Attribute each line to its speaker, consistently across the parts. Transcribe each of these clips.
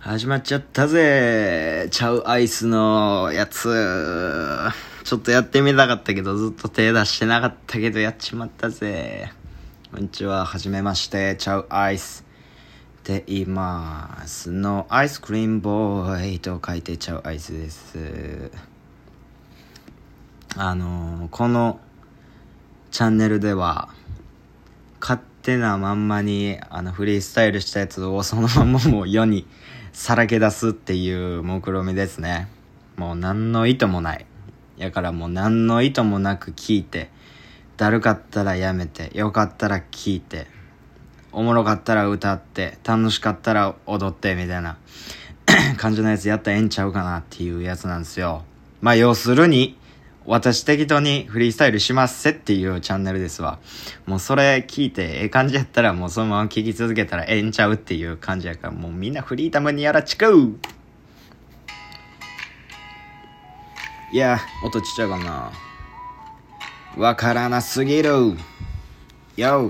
Speaker 1: 始まっちゃったぜ。チャウアイスのやつ。ちょっとやってみたかったけどずっと手出してなかったけどやっちまったぜ。こんにちは、はじめまして。チャウアイスって言います。のアイスクリームボーイと書いてチャウアイスです。このチャンネルでは勝手なまんまにフリースタイルしたやつをそのままもう世にさらけ出すっていう目論みですね。もう何の意図もない。やからもう何の意図もなく聞いて、だるかったらやめて、よかったら聞いて、おもろかったら歌って、楽しかったら踊ってみたいな感じのやつやったらええんちゃうかなっていうやつなんですよ。まあ要するに私適当にフリースタイルしますせっていうチャンネルですわ。もうそれ聞いてええ感じやったらもうそのまま聞き続けたらええんちゃうっていう感じやから、もうみんなフリータムにやらちくう。いや、音ちっちゃいかな。わからなすぎる。Yo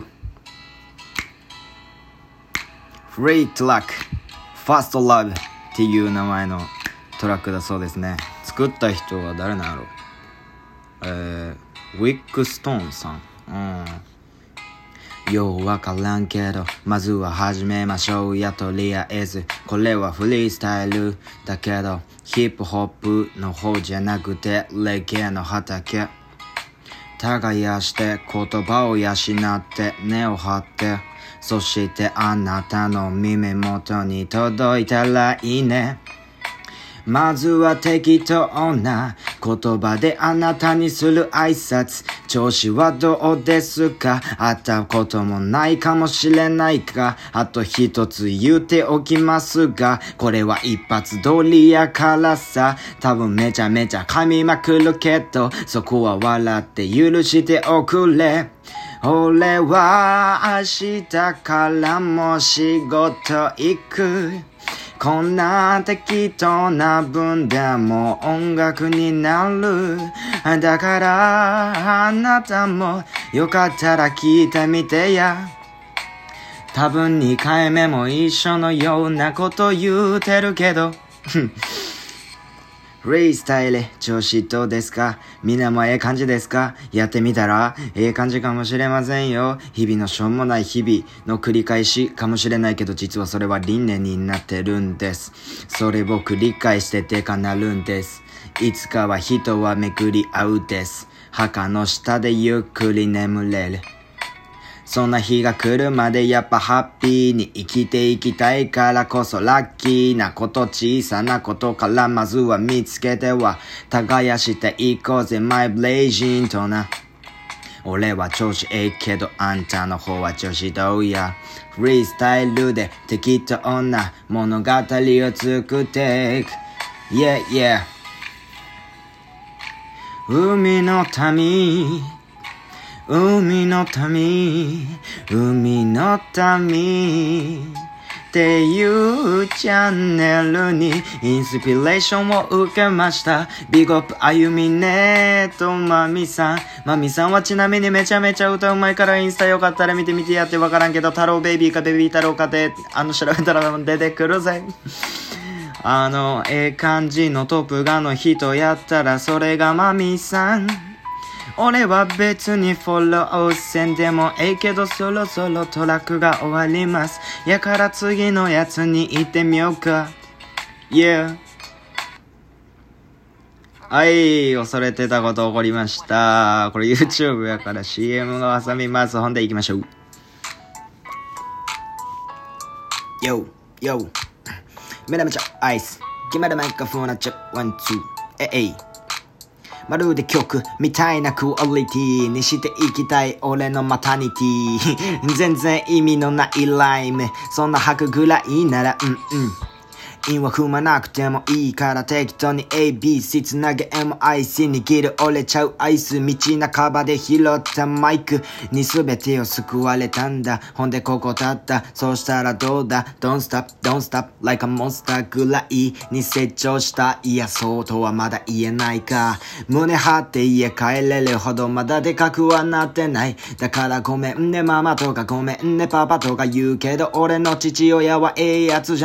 Speaker 1: Free Track First Love っていう名前のトラックだそうですね。作った人は誰なんやろ。ウィックストーンさん。ようわからんけどまずは始めましょうや。とりあえずこれはフリースタイルだけどヒップホップの方じゃなくてレゲエの畑。耕して言葉を養って根を張って、そしてあなたの耳元に届いたらいいね。まずは適当な言葉であなたにする挨拶。調子はどうですか？会ったこともないかもしれないか。あと一つ言っておきますが、これは一発撮りやからさ。多分めちゃめちゃ噛みまくるけど、そこは笑って許しておくれ。俺は明日からも仕事行く。こんな適当な文でも音楽になる。だからあなたもよかったら聞いてみてや。多分2回目も一緒のようなこと言うてるけどフリースタイル調子どうですか？みんなもええ感じですか？やってみたらええ感じかもしれませんよ。日々のしょうもない日々の繰り返しかもしれないけど、実はそれは理念になってるんです。それを繰り返してでかなるんです。いつかは人は巡り合うです。墓の下でゆっくり眠れる。そんな日が来るまでやっぱハッピーに生きていきたいからこそ、ラッキーなこと小さなことからまずは見つけては耕していこうぜマイブレイジンとな。俺は調子ええけどあんたの方は調子どうや。フリースタイルで適当な物語を作っていく。Yeah yeah 海の民海の民海の民っていうチャンネルにインスピレーションを受けました。ビッグアップあゆみねとまみさん。まみさんはちなみにめちゃめちゃ歌うまいからインスタよかったら見てみてやって。わからんけど太郎ベイビーかベビー太郎かで調べたら出てくるぜ。ええ感じのトップガの人やったらそれがまみさん。俺は別にフォローせんでもええけど、そろそろトラックが終わります。やから次のやつに行ってみようか。Yeah はい、恐れてたこと起こりました。これ YouTube やから CM が挟みます。ほんで行きましょう。Yo Yo めちゃめちゃアイス決まるマイクフォンなっちゃう。ワンツーえいまるで曲みたいなクオリティにしていきたい俺のマタニティ全然意味のないライムそんな吐くぐらいなら韻は踏まなくてもいいから適当に ABC つなげ MIC 握る折れちゃうアイス道半ばで拾ったマイクに全てを救われたんだ。ほんでここ立ったそうしたらどうだ Don't stop don't stop like a monster ぐらいに成長した。いやそうとはまだ言えないか。胸張って家帰れるほどまだでかくはなってない。だからごめんねママとかごめんねパパとか言うけど俺の父親はええやつじゃない。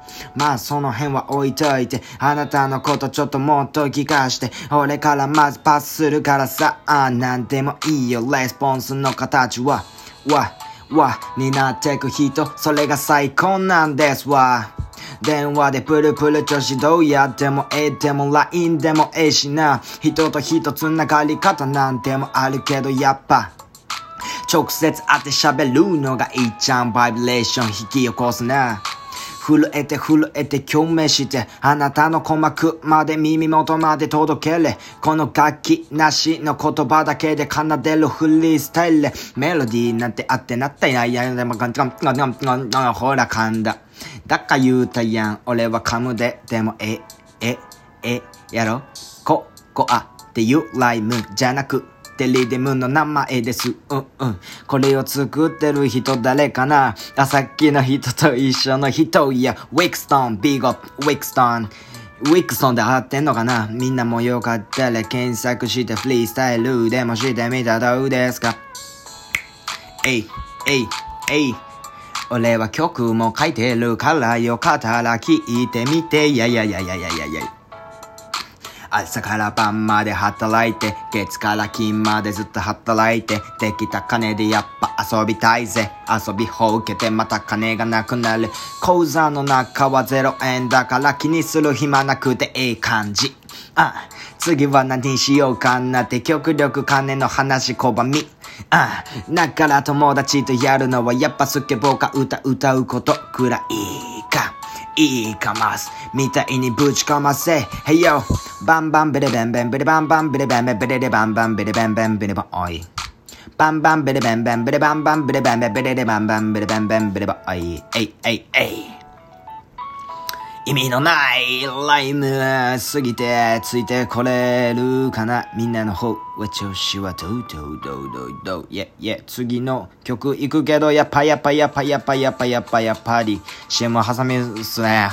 Speaker 1: まあその辺は置いといて、あなたのことちょっともっと聞かして、俺からまずパスするからさ、なんでもいいよ。レスポンスの形はになってく人、それが最高なんですわ。電話でプルプル調子どうやってもでも LINE でもしな、人と人つながり方なんてもあるけど、やっぱ直接会って喋るのがいいじゃん。バイブレーション引き起こすな。震えて共鳴して、あなたの鼓膜まで耳元まで届けれ。この楽器なしの言葉だけで奏でるフリースタイル。メロディーなんてあってなったいないや、でもほら噛んだ。だっか言うたやん、俺は噛むで。でもやろコアっていうライムじゃなくリデムの名前です。これを作ってる人誰かな。さっきの人と一緒の人。いや、ウィクストン、ビッグアップ、ウィクストンで合ってんのかな。みんなもよかったら検索してフリースタイルでもしてみたらどうですか。俺は曲も書いてるからよかったら聞いてみて。朝から晩まで働いて、月から金までずっと働いて、できた金でやっぱ遊びたいぜ。遊びほうけてまた金がなくなる。口座の中は0円だから気にする暇なくていい感じ。次は何しようかなって極力金の話拒み。だから友達とやるのはやっぱスケボーか歌うことくらいいかますみたいにぶちかませ。Hey yo バンバンベレベンベンベレバンバンベレベンベンベレレバンバンベレベンベンベレバンおいバンバンベレベンベンベレバンバンベレベンベンベレレバンバンベレベンベンベレバンおい意味のないライムすぎてついてこれるかな。みんなの方は調子はどう次の曲行くけどやっぱり CM 挟みよっすね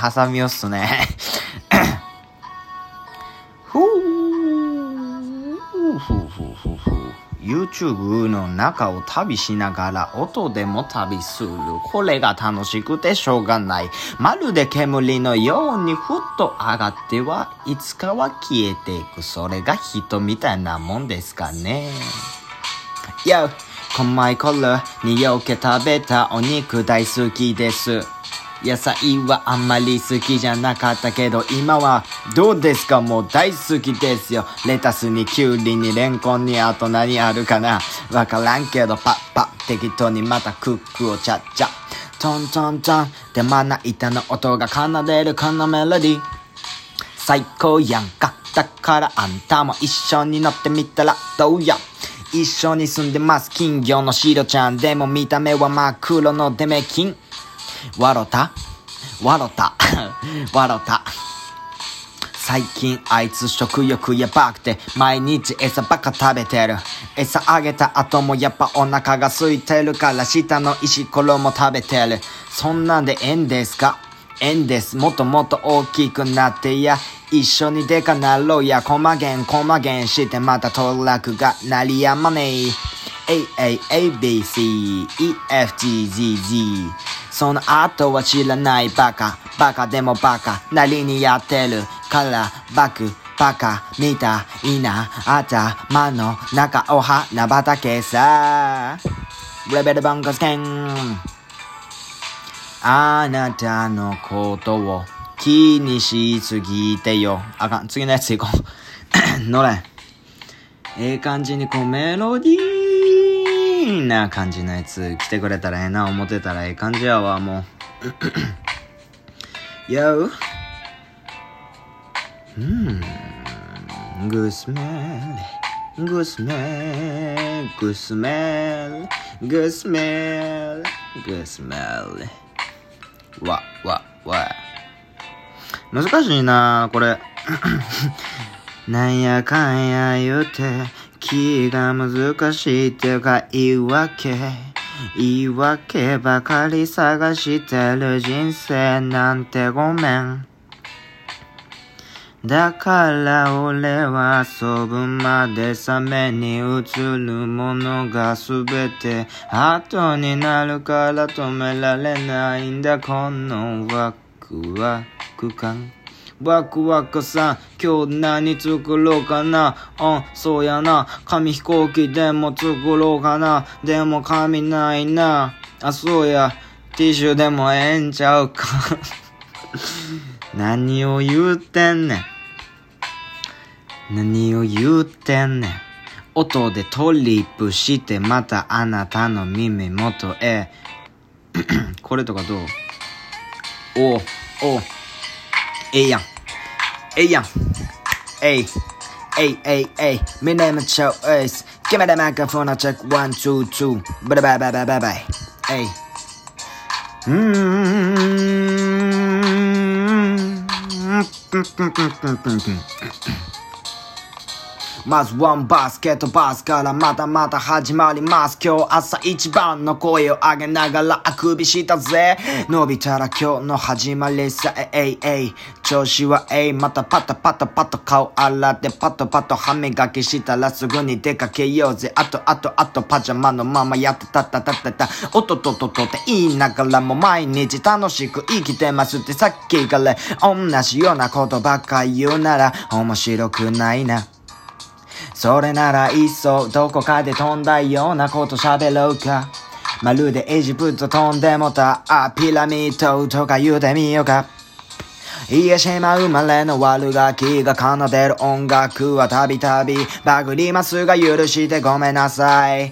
Speaker 1: YouTube の中を旅しながら音でも旅する。これが楽しくてしょうがない。まるで煙のようにふっと上がってはいつかは消えていく。それが人みたいなもんですかね。Yo こんまいころによけ食べたお肉大好きです。野菜はあんまり好きじゃなかったけど今はどうですか。もう大好きですよ。レタスにキュウリにレンコンにあと何あるかなわからんけどパッ適当にまたクックをチャッチャトントントンでまな板の音が奏でるこのメロディー最高やんか。だからあんたも一緒に乗ってみたらどうや。一緒に住んでます金魚のシロちゃん。でも見た目は真っ黒のデメキン。わろた最近あいつ食欲やばくて毎日餌ばっか食べてる。餌あげた後もやっぱお腹が空いてるから下の石ころも食べてる。そんなんでですか。です。もっともっと大きくなってや一緒にでかなろうや。こまげんしてまたトラックが鳴りやまねえ。AAABCEFGZZ その後は知らないバカでもバカなりにやってるからバカみたいな頭の中お花畑さ。レベルバンカスケンあなたのことを気にしすぎてよ。あかん次のやついこうのれ感じにこうメロディーな感じのやつ来てくれたらな思ってたら感じやわもうYo Good smellわ難しいなこれなんやかんや言うて気が難しいっていうか言い訳ばかり探してる人生なんてごめん。だから俺は遊ぶまで冷めに映るものがすべて後になるから止められないんだこのワクワク感ワクワクさ今日何作ろうかなそうやな紙飛行機でも作ろうかなでも紙ないなそうやティッシュでもええんちゃうか何を言うてんねん音でトリップしてまたあなたの耳元へこれとかどうええやんMy name is Choice Give me the microphone, I'll check 1, 2, 2 Bye bye bye bye bye bye Heyまずワンバスケットバスからまたまた始まります今日朝一番の声を上げながらあくびしたぜ伸びたら今日の始まりさ調子はまたパタパタパタ顔洗ってパタパタ歯磨きしたらすぐに出かけようぜあとパジャマのままやってたおっとって言いながらも毎日楽しく生きてますってさっきから同じようなことばっか言うなら面白くないなそれならいっそどこかで飛んだようなこと喋ろうかまるでエジプト飛んでもたピラミッドとか言うてみようか家島生まれの悪ガキが奏でる音楽はたびたびバグりますが許してごめんなさい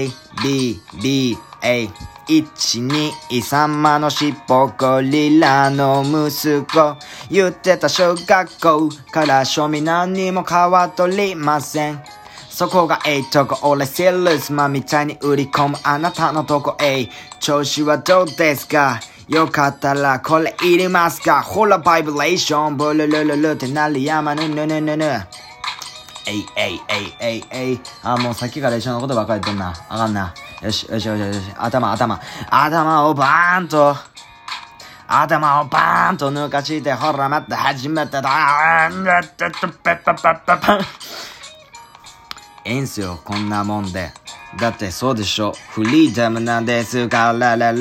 Speaker 1: 123のしっぽゴリラの息子言ってた小学校から庶民何にも変わっとりませんそこがとこ俺セールスマンみたいに売り込むあなたのとこ調子はどうですかよかったらこれいりますかほらバイブレーションブルルルルってなる山ぬぬぬぬぬもうさっきから一緒のことばっかり言ってんなあかんなよし頭をバーンと抜かしてほらまた始めてええんすよこんなもんでだってそうでしょフリーダムなんですから淡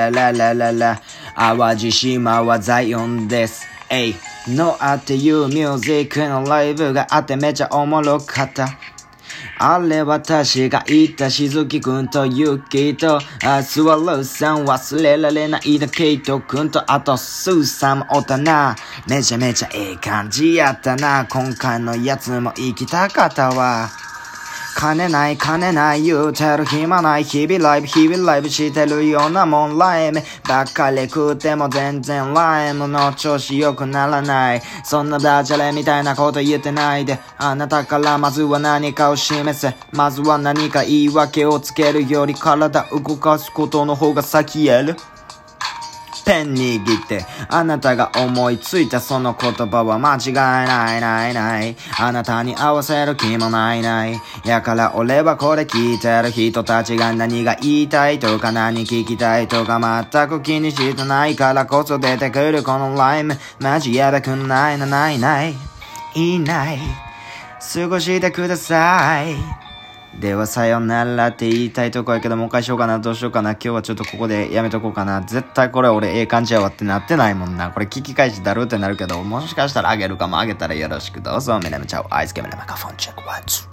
Speaker 1: 路島はザイオンですノアっていうミュージックのライブがあってめちゃおもろかったあれ私が言ったしずきくんとゆきとスワローさん忘れられないだケイトくんとあとスーさんもおったなめちゃめちゃええ感じやったな今回のやつも行きたかったわ金ない言うてる暇ない日々ライブしてるようなもんライムばっかり食っても全然ライムの調子良くならないそんなダジャレみたいなこと言ってないであなたからまずは何かを示せまずは何か言い訳をつけるより体動かすことの方が先やるペン握ってあなたが思いついたその言葉は間違いないあなたに合わせる気もないやから俺はこれ聞いてる人たちが何が言いたいとか何聞きたいとか全く気にしてないからこそ出てくるこのライムマジやばくないいない過ごしてくださいではさよならって言いたいとこやけどもう一回しようかなどうしようかな今日はちょっとここでやめとこうかな絶対これ俺ええ感じやわってなってないもんなこれ聞き返しだるってなるけどもしかしたらあげるかもあげたらよろしくどうぞめなめちゃうアイスケメラマカフォンチェックワッツ